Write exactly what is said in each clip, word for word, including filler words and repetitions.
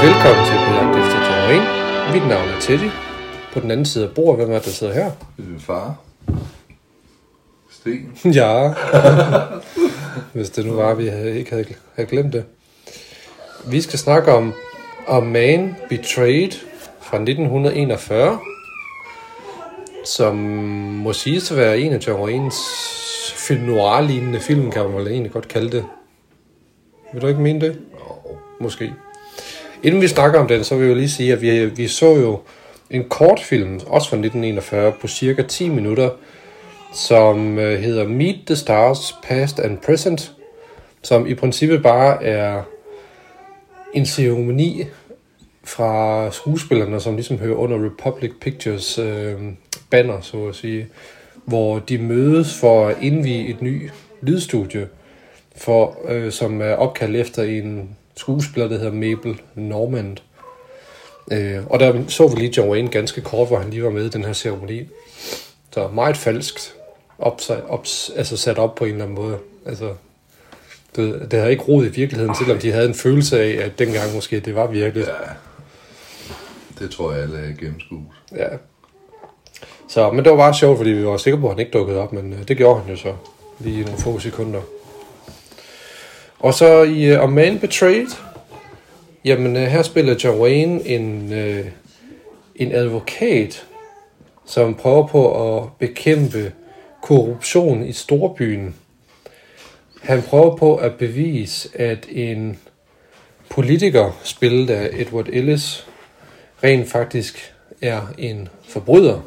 Velkommen til På jagt efter John Wayne. Mit navn er Teddy. På den anden side af bordet, hvem er der sidder her? Det er din far. Sten. Ja. Hvis det nu var, vi havde, ikke havde, havde glemt det. Vi skal snakke om A Man Betrayed fra nitten enogfyrre, som må siges at være en af John Waynes film noir-lignende film, kan man vel egentlig godt kalde det. Vil du ikke mene det? Oh. Måske. Inden vi snakker om den, så vil jeg jo lige sige, at vi, vi så jo en kortfilm, også fra nitten enogfyrre, på cirka ti minutter, som hedder Meet the Stars, Past and Present, som i princippet bare er en ceremoni fra skuespillerne, som ligesom hører under Republic Pictures øh, banner, så at sige, hvor de mødes for at indvie et nyt lydstudie, for, øh, som er opkaldt efter en skuespiller, der hedder Mabel Normand. Øh, og der så vi lige John Wayne ganske kort, hvor han lige var med i den her ceremoni. Så meget falskt op, op, altså sat op på en eller anden måde. Altså, det, det havde ikke rod i virkeligheden, selvom de havde en følelse af, at dengang måske det var virkeligt. Ja, det tror jeg alle er gennemskuet. Ja. Så, men det var bare sjovt, fordi vi var sikre på, at han ikke dukkede op, men det gjorde han jo så lige i nogle få sekunder. Og så i uh, A Man Betrayed, jamen uh, her spiller John Wayne en, uh, en advokat, som prøver på at bekæmpe korruption i storbyen. Han prøver på at bevise, at en politiker, spillet af Edward Ellis, rent faktisk er en forbryder.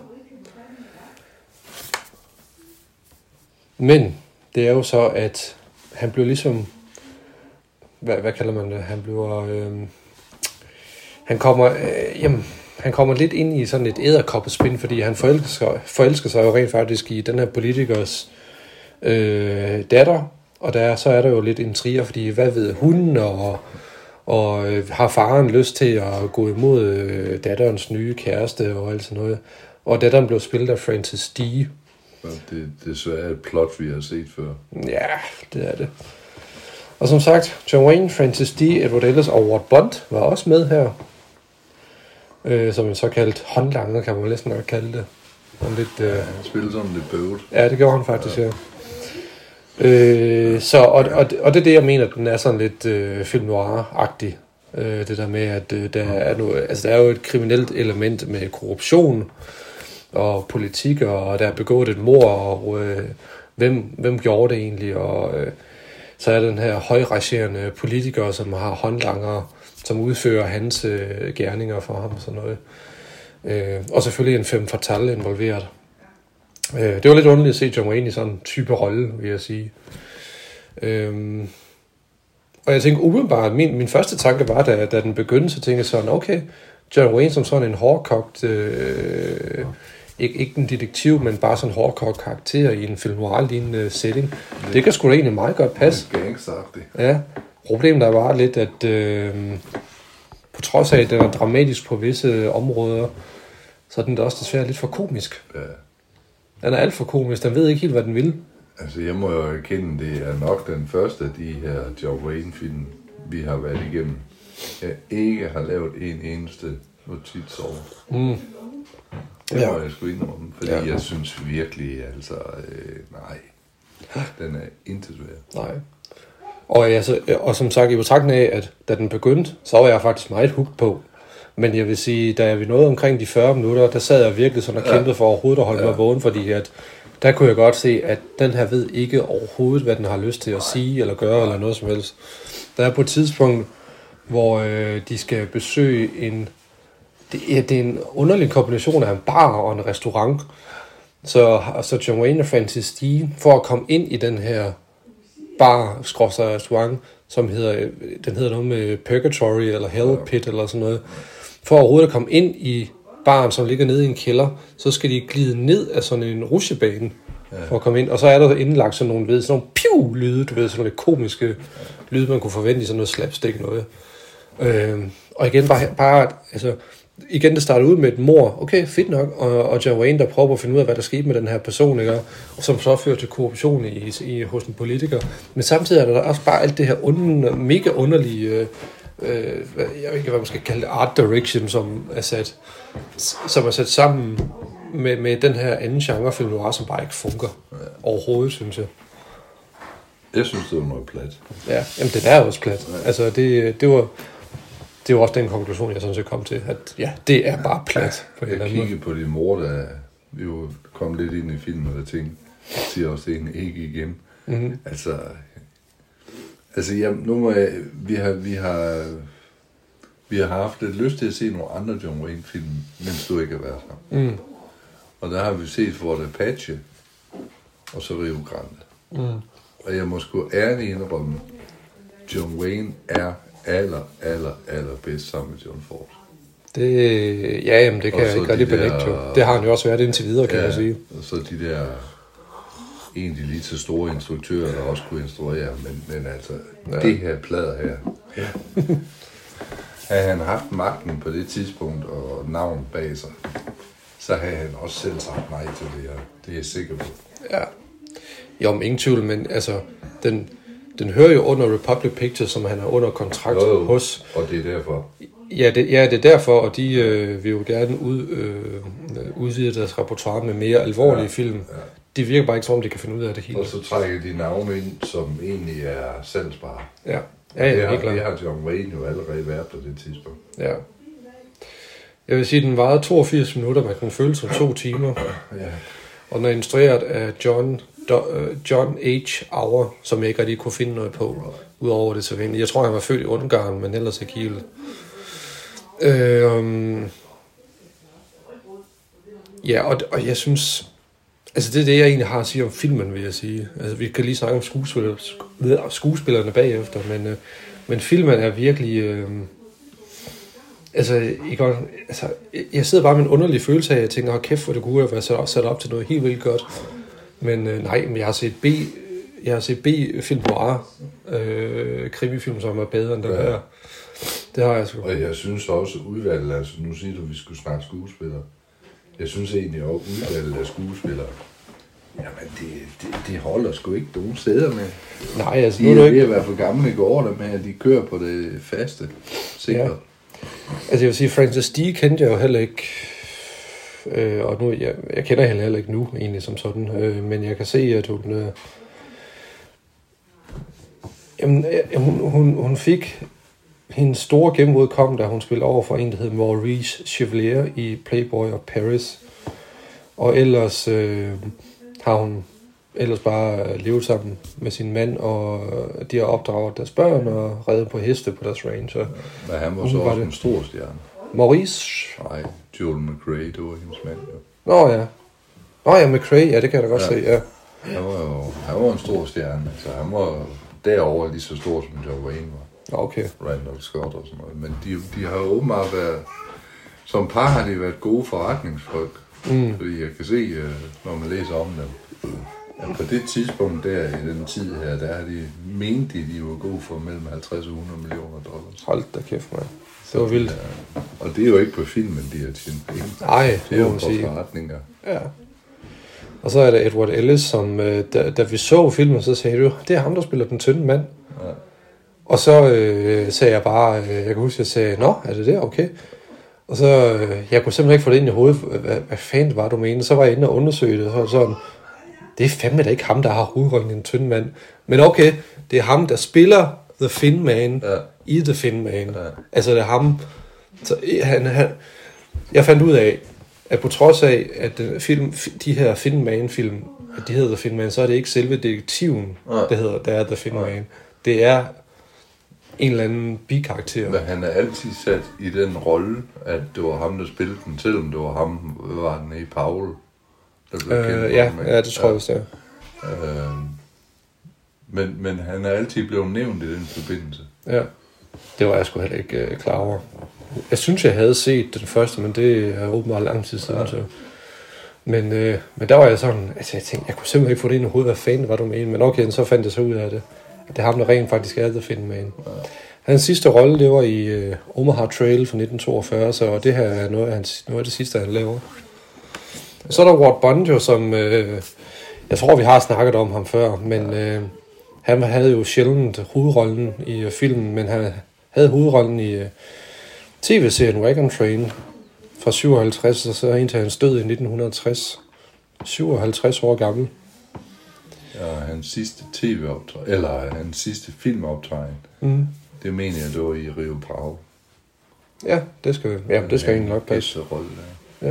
Men det er jo så, at han blev ligesom, hvad, hvad kalder man det, han bliver, øh, han kommer, øh, jamen, han kommer lidt ind i sådan et edderkoppespind, fordi han forelsker, forelsker sig jo rent faktisk i den her politikers øh, datter, og der, så er der jo lidt intriger, fordi hvad ved hun, og, og øh, har faren lyst til at gå imod øh, datterens nye kæreste og alt sådan noget. Og datteren blev spillet af Frances D. Det er desværre et plot, vi har set før. Ja, det er det. Og som sagt, John Wayne, Frances D., Edward Ellis og Ward Bond var også med her. Øh, som en såkaldt håndlanger, kan man næsten nok kalde det. Og lidt, øh... ja, han spillede sådan lidt bøvet. Ja, det gjorde han faktisk, ja. ja. Øh, så, og, og, og det er det, jeg mener, den er sådan lidt øh, film noir-agtig. Øh, det der med, at øh, der, er noget, altså, der er jo et kriminelt element med korruption og politik, og der er begået et mord, og øh, hvem, hvem gjorde det egentlig, og øh, så er den her højrangerende politiker, som har håndlanger, som udfører hans øh, gerninger for ham og sådan noget. Øh, og selvfølgelig en femme fatale involveret. Øh, det var lidt underligt at se John Wayne i sådan en type rolle, vil jeg sige. Øh, og jeg tænkte umiddelbart, min, min første tanke var, da, da den begyndte, så tænkte jeg sådan, okay, John Wayne som sådan en hårdkogt, øh, ikke, ikke en detektiv, men bare sådan en hårdkogt karakter i en film noir-lignende setting. Det, det kan sgu da egentlig meget godt passe. Gangsteragtigt. Ja. Problemet er bare lidt, at øh, på trods af, at den er dramatisk på visse områder, så er den da også desværre lidt for komisk. Ja. Den er alt for komisk. Den ved ikke helt, hvad den vil. Altså, jeg må jo erkende, det er nok den første af de her John Wayne-film, vi har været igennem, jeg ikke har lavet en eneste notits over. Mm. Det Ja. må jeg sgu indrømme, fordi ja. jeg synes virkelig, altså, øh, nej, den er intet værd. Nej. Og, altså, og som sagt, i betragtning af, at da den begyndte, så var jeg faktisk meget hooked på. Men jeg vil sige, da vi nåede omkring de fyrre minutter, der sad jeg virkelig sådan og kæmpede for overhovedet at holde ja. mig vågen, fordi at, der kunne jeg godt se, at den her ved ikke overhovedet, hvad den har lyst til at sige eller gøre eller noget som helst. Der er på et tidspunkt, hvor øh, de skal besøge en, det er, det er en underlig kombination af en bar og en restaurant. Så, så John Wayne og Frances D. for at komme ind i den her bar, skråstreg restaurant, som hedder, den hedder noget med Purgatory eller Hell Pit eller sådan noget. For overhovedet at komme ind i baren, som ligger nede i en kælder, så skal de glide ned af sådan en rutsjebane for at komme ind. Og så er der indlagt sådan nogle, ved, sådan nogle piu-lyde, du ved, sådan nogle komiske ja. lyde, man kunne forvente i sådan noget slapstick noget. Øh, og igen, bare, bare altså, igen, det starter ud med et mord. Okay, fedt nok. Og, og John Wayne, der prøver at finde ud af, hvad der skete med den her person, ikke? Og som så fører til korruption i, i, hos en politiker. Men samtidig er der også bare alt det her under, mega underlige øh, jeg ved ikke, hvad man skal kalde det, art direction, som er sat, som er sat sammen med, med den her anden genrefilm noir, som bare ikke fungerer ja. overhovedet, synes jeg. Jeg synes, det var noget plat. Ja, jamen det er også plat. Ja. Altså, det, det var... Det var også den konklusion, jeg sådan set kom til, at ja, det er bare plat. På jeg kiggede på de mor, der vi jo kom lidt ind i filmen, og der tænkte, siger også det ikke igen. Mm-hmm. Altså, altså ja, nu må jeg, vi har, vi har, vi har haft lidt lyst til at se nogle andre John Wayne-film, mens du ikke har været her. Mm. Og der har vi set Fort Apache, og så Rio Grande. Mm. Og jeg må sgu ærligt indrømme, John Wayne er aller, aller, aller bedst sammen med John Ford. Det, ja, jamen, det kan jeg ikke rigtig benægte jo. Det har han jo også været indtil videre, kan ja, jeg sige. Og så de der egentlig lige så store instruktører, der også kunne instruere, men, men altså, ja. det her plader her. Ja. Havde han haft magten på det tidspunkt og navn bag sig, så havde han også selv sagt nej til det her. Det er jeg sikker på. Ja. Jo, men ingen tvivl, men altså, den... Den hører jo under Republic Pictures, som han er under kontrakt jo, hos. Og det er derfor. Ja, det, ja, det er derfor, og de øh, vil jo gerne ud, øh, udvide deres repertoire med mere alvorlige ja, film. Ja. De virker bare ikke som om, de kan finde ud af det hele. Og så trækker de navne ind, som egentlig er salgsbare. Ja, ja, ja det, helt klart. Det har John Wayne jo allerede været på det tidspunkt. Ja. Jeg vil sige, at den varede toogfirs minutter, men den føles som to timer. Ja. Og den er instrueret af John... John H. Auer, som jeg ikke rigtig kunne finde noget på, udover det sædvanlige. Jeg tror, han var født i Ungarn, men ellers ikke helt. Øhm, ja, og, og jeg synes... Altså, det er det, jeg egentlig har at sige om filmen, vil jeg sige. Altså, vi kan lige snakke om skuespiller, skuespillerne bagefter, men, øh, men filmen er virkelig... Øh, altså, ikke, altså, jeg sidder bare med en underlig følelse af, at jeg tænker, hold kæft, hvor det kunne have været sat op til noget helt vildt godt. Men øh, nej, men jeg har set B, jeg har set B-film noir, øh, krimifilm, som er bedre end den ja. her. Det har jeg sgu. Og jeg synes også udvalget, altså nu siger du, at vi skulle snakke skuespillere. Jeg synes egentlig også udvalget af skuespillere. Jamen det, det, det holder sgu ikke nogen steder med. Nej, altså nu er det ikke. De er i hvert fald gamle går der med, at de kører på det faste. Sikkert. Ja. Altså jeg vil sige, Frances D. kendte jeg jo heller ikke. Øh, og nu, jeg, jeg kender hende heller ikke nu, egentlig som sådan, øh, men jeg kan se, at hun, øh, jamen, øh, hun, hun, hun fik hendes store gennembrud kom, da hun spillede over for en, der hed Maurice Chevalier i Playboy of Paris, og ellers øh, har hun ellers bare levet sammen med sin mand, og de har opdraget deres børn og reddet på heste på deres range. Så men han var så også en stor stjerne. Maurice? Nej, Joel McRae, det var hendes mand. Jo. Nå ja. Nå ja, McRae, ja, det kan jeg da godt ja. se, ja. Han var jo han var en stor stjerne, så han var derovre lige så stor, som John Wayne var. Okay. Randall Scott og sådan noget. Men de, de har jo åbenbart været, som par har de været gode forretningsfolk. Mm. Fordi jeg kan se, når man læser om dem, at på det tidspunkt der, i den tid her, der har de ment, de, de var gode for mellem halvtreds og hundrede millioner dollars. Hold da kæft, man. Det var vildt. Ja. Og det er jo ikke på filmen, de har tjent penge. Nej, det er jo på forretninger. Ja. Og så er der Edward Ellis, som da, da vi så filmen, så sagde du, det er ham, der spiller den tynde mand. Ja. Og så øh, sagde jeg bare, øh, jeg kan huske, jeg sagde, nå, er det det? Okay. Og så, øh, jeg kunne simpelthen ikke få det ind i hovedet, hvad, hvad fanden var du mener? Så var jeg inde og undersøgte det, og sådan, det er fandme da ikke ham, der har hovedrollen i den tynde mand. Men okay, det er ham, der spiller The Thin Man ja. i The Thin Man. Ja. Altså det er ham, så, han, han, jeg fandt ud af, at på trods af, at den film, de her Thin Man-film, at de hedder The Thin Man, så er det ikke selve detektiven, ja. der hedder, der er The Thin ja. Man. Det er en eller anden bikarakter. Men han er altid sat i den rolle, at det var ham, der spillede den, selvom det var ham, var den i Paul, der blev øh, kendt. Ja, ja, det tror jeg også, det er. Øh, men, men han er altid blevet nævnt i den forbindelse. Ja, det var jeg sgu heller ikke øh, klar over. Jeg synes, jeg havde set den første, men det er åbenbart lang tid siden. Ja. Så. Men, øh, men der var jeg sådan, altså jeg tænkte, jeg kunne simpelthen ikke få det ind i hovedet, hvad fanden var du med. Men okay, så fandt jeg så ud af det. At det er ham, der rent faktisk er The Thin Man. Ja. Hans sidste rolle, det var i øh, Omaha Trail fra nitten toogfyrre, så det her er noget af, hans, noget af det sidste, han laver. Så er der Ward Bunjo, som øh, jeg tror, vi har snakket om ham før, men øh, han havde jo sjældent hovedrollen i filmen, men han havde hovedrollen i uh, tv-serien Wagon Train fra syvoghalvtreds, og så indtil hans død i nitten tres. syvoghalvtreds år gammel. Ja, hans sidste tv-optræden, eller hans sidste filmoptræden, mm. det mener jeg, det var i Rio Bravo. Ja, det skal, ja, det skal egentlig nok passe. Rolle, ja. Ja.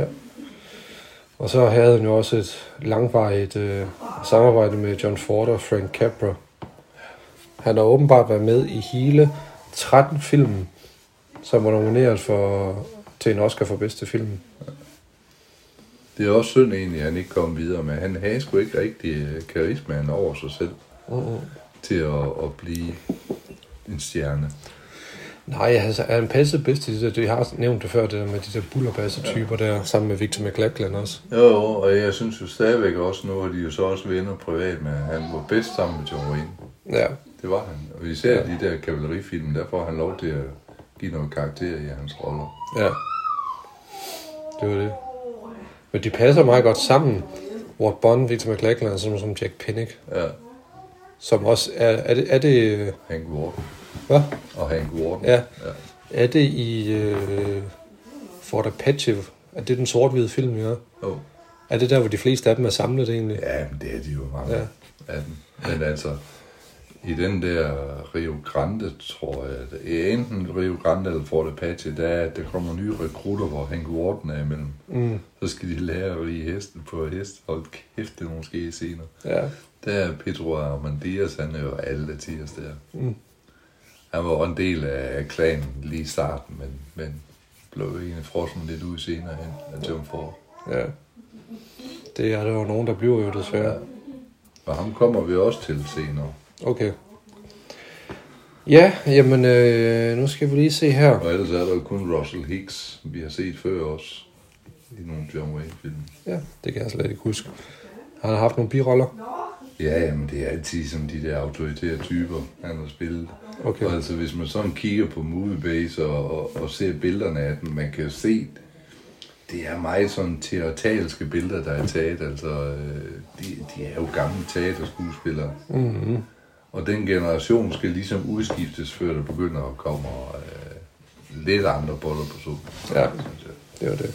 Og så havde han jo også et langvarigt øh, samarbejde med John Ford og Frank Capra. Han har åbenbart været med i hele tretten film, som var nomineret for, til en Oscar for bedste film. Det er også synd egentlig, at han ikke kom videre med. Han havde sgu ikke rigtig karismaen over sig selv uh-huh. til at, at blive en stjerne. Nej, altså, han passede bedst i det. Jeg har nævnt det før, det der med de der bullerbasse-typer ja. Der, sammen med Victor McLachlan også. Jo, og jeg synes jo stadigvæk også, nu er de jo så også venner privat med, han var bedst sammen med John Wayne. Ja. Det var han. Og især ja. De der kavalerifilm, der får han lov til at give noget karakter i hans roller. Ja. Det var det. Men de passer meget godt sammen. Ward Bond, Victor McLachlan, som, som Jack Pinnock. Ja. Som også er... Er det... Er det Hank Warden. Hvad? Og Hank Warden. Ja. ja. Er det i... Øh, Fort Apache? Er det den sort-hvide film, ja? Oh. Er det der, hvor de fleste af dem er samlet egentlig? Ja, men det er de jo mange ja. af dem. Men altså... I den der Rio Grande, tror jeg, det er enten Rio Grande eller Fort Apache, der, er, der kommer nye rekrutter, hvor Hank Warden er imellem. Mm. Så skal de lære at rige hesten på hest. Hold kæft, det måske senere. Ja. Der er Pedro Armendariz, han er jo alle tiers der. Mm. Han var en del af klanen lige i starten, men, men blev egentlig frossen lidt ud senere hen af John Ford. Ja. Det er der jo nogen, der bliver jo desværre. Ja. Og ham kommer vi også til senere. Okay. Ja, jamen, øh, nu skal vi lige se her. Og ellers er der jo kun Russell Hicks, vi har set før også i nogle John Wayne-film. Ja, det kan jeg slet ikke huske. Han har haft nogle biroller. Ja, jamen det er altid som de der autoritære typer, han har spillet. Okay. Og altså hvis man sådan kigger på Moviebase og, og, og ser billederne af dem, man kan jo se, det er meget sådan teatralske billeder, der er taget. Altså, de, de er jo gamle teaterskuespillere. Mm-hmm. Og den generation skal ligesom udskiftes, før der begynder at komme øh, lidt andre boller på suppen. Ja, det var det.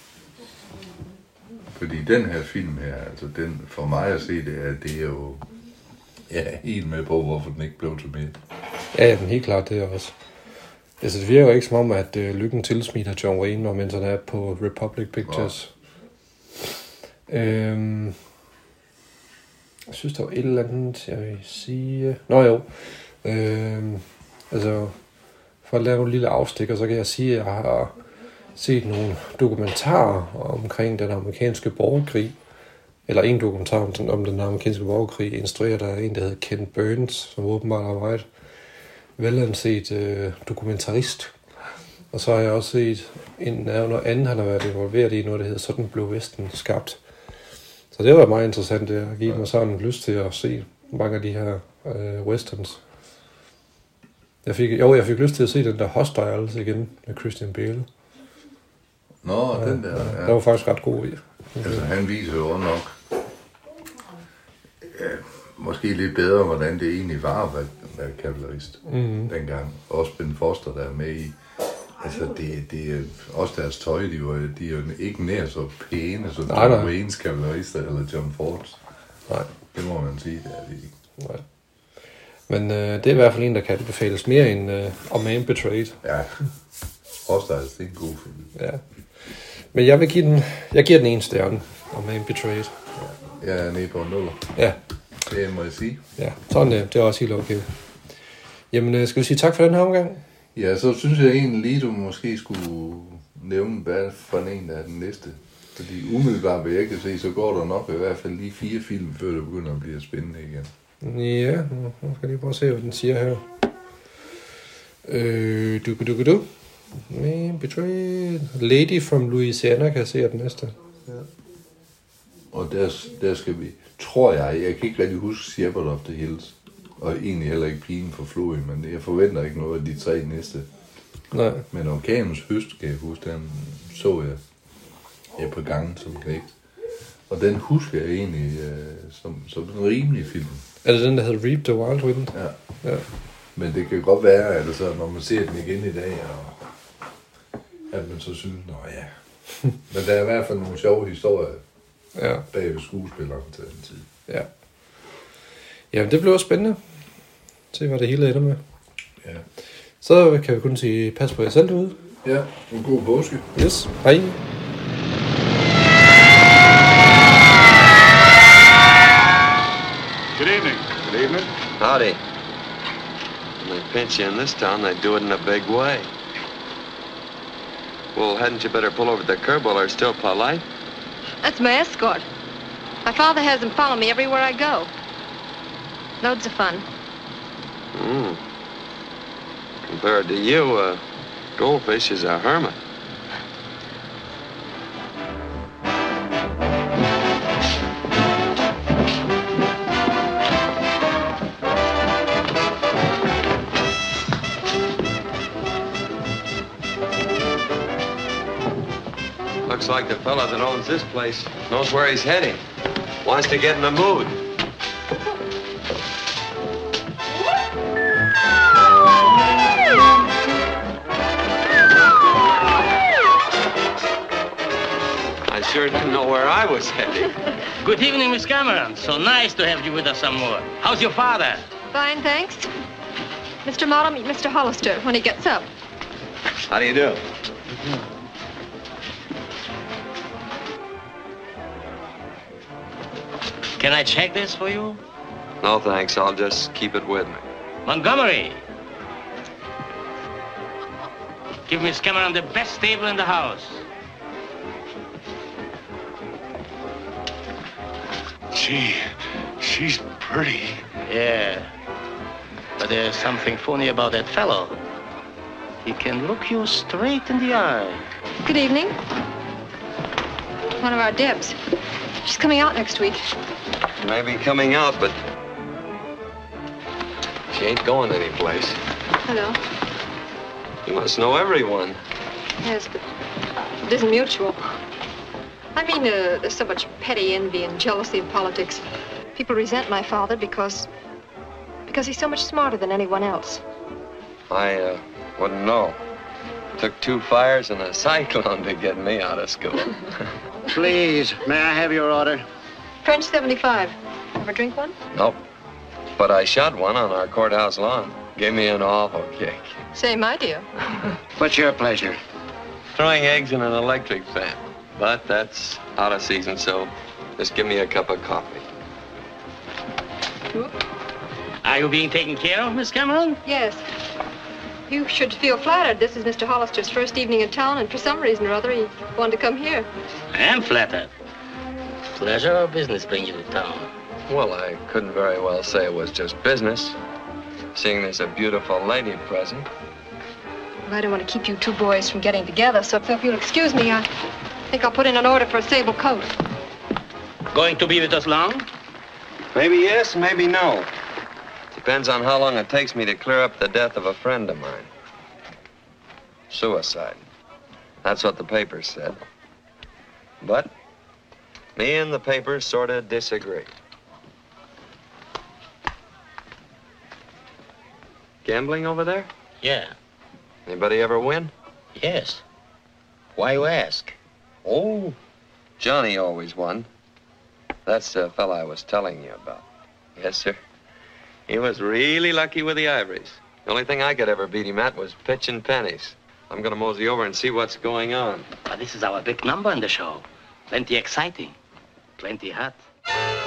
Fordi den her film her, altså den, for mig at se det, er, det er jo, jeg er helt med på, hvorfor den ikke blev til mere. Ja, men helt klart det er også. Altså det virker jo ikke som om, at øh, lykken tilsmitter John Wayne, mens han er på Republic Pictures. Ja. Øhm, jeg synes, der var et eller andet, jeg vil sige... Nå jo, øhm, altså for at lave nogle lille afstikker, så kan jeg sige, at jeg har set nogle dokumentarer omkring den amerikanske borgerkrig. Eller en dokumentar om den, om den amerikanske borgerkrig, instrueret af en, der hedder Ken Burns, som åbenbart har været velanset øh, dokumentarist. Og så har jeg også set en, noget andet, han har været involveret i, noget der hedder Sådan blev Vesten skabt. Så det var meget interessant, det har givet mig sådan lyst til at se mange af de her øh, westerns. Jeg fik, jo, jeg fik lyst til at se den der Hostiles igen med Christian Bale. Nå, ja, den der, ja. Der var faktisk ret god i. Altså, han viser jo nok ja, måske lidt bedre, hvordan det egentlig var at være, være kavalerist mm-hmm. dengang. Også Ben Foster, der er med i. Altså, det, det er også deres tøj, de, var, de er jo ikke nær så pæne som nej, John Waynes kavalerister eller John Fords. Nej. Det må man sige, det er det ikke. Nej. Men øh, det er i hvert fald en, der kan befales mere end øh, A Man Betrayed. Ja, Hostiles, det er en god film. Ja. Men jeg vil give den, jeg giver den en stjerne, A Man Betrayed. Ja, jeg er nede på en nuller. Ja. Det må jeg sige. Ja, sådan det. Det er også helt okay. Jamen, skal vi sige tak for den her omgang? Ja, så synes jeg egentlig lige, du måske skulle nævne, hvad for en af den næste. Fordi umiddelbart, hvad jeg kan se, så går der nok i hvert fald lige fire film, før det begynder at blive spændende igen. Ja, nu skal jeg lige prøve at se, hvad den siger her. Øh, du du du Man Betrayed. Lady from Louisiana, kan jeg se, er den næste. Ja. Og der, der skal vi, tror jeg, jeg kan ikke rigtig huske Shepherd of the Hills, og egentlig heller ikke Pigen for Floyd, men jeg forventer ikke noget af de tre næste. Nej. Men Orkanens Høst, kan jeg huske, den så jeg, jeg på gangen som knægt. Og den husker jeg egentlig øh, som, som en rimelig film. Er det den, der hedder Reap the Wild Wind? Ja. Ja. Men det kan godt være, at så, når man ser den igen i dag, og at man så synes, nå ja. Men der er i hvert fald nogle sjove historier ja. bag ved skuespilleren til den tid. Ja. Jamen, det bliver spændende. Se, hvad det hele ender med. Ja. Så kan vi kun sige, pas på jer selv derude. Ja, en god påske. Yes, hej. Good evening. Good evening. Howdy. When they pinch you in this town, they do it in a big way. Well, hadn't you better pull over the curb while they're still polite? That's my escort. My father has him follow me everywhere I go. Loads of fun. Mm. Compared to you, uh, Goldfish is a hermit. Looks like the fella that owns this place knows where he's heading. Wants to get in the mood. I sure didn't know where I was heading. Good evening, Miss Cameron. So nice to have you with us some more. How's your father? Fine, thanks. Mister Mott'll meet Mister Hollister when he gets up. How do you do? Can I check this for you? No, thanks. I'll just keep it with me. Montgomery. Give Miss Cameron the best table in the house. Gee, she's pretty. Yeah. But there's something funny about that fellow. He can look you straight in the eye. Good evening. One of our Debs. She's coming out next week. Maybe coming out, but she ain't going anyplace. Hello. You must know everyone. Yes, but it isn't mutual. I mean, uh, there's so much petty envy and jealousy in politics. People resent my father because... because he's so much smarter than anyone else. I, uh, wouldn't know. Took two fires and a cyclone to get me out of school. Please, may I have your order? French seventy-five. Ever drink one? Nope. But I shot one on our courthouse lawn. Gave me an awful kick. Same idea. What's your pleasure? Throwing eggs in an electric fan. But that's out of season, so just give me a cup of coffee. Are you being taken care of, Miss Cameron? Yes. You should feel flattered. This is Mister Hollister's first evening in town, and for some reason or other, he wanted to come here. I am flattered. Pleasure or business bring you to town? Well, I couldn't very well say it was just business, seeing there's a beautiful lady present. Well, I don't want to keep you two boys from getting together, so if you'll excuse me, I think I'll put in an order for a sable coat. Going to be with us long? Maybe yes, maybe no. Depends on how long it takes me to clear up the death of a friend of mine. Suicide. That's what the papers said. But me and the papers sort of disagree. Gambling over there? Yeah. Anybody ever win? Yes. Why you ask? Oh, Johnny always won. That's the fella I was telling you about. Yes, sir. He was really lucky with the ivories. The only thing I could ever beat him at was pitching pennies. I'm gonna mosey over and see what's going on. But this is our big number in the show. Plenty exciting. Plenty hot.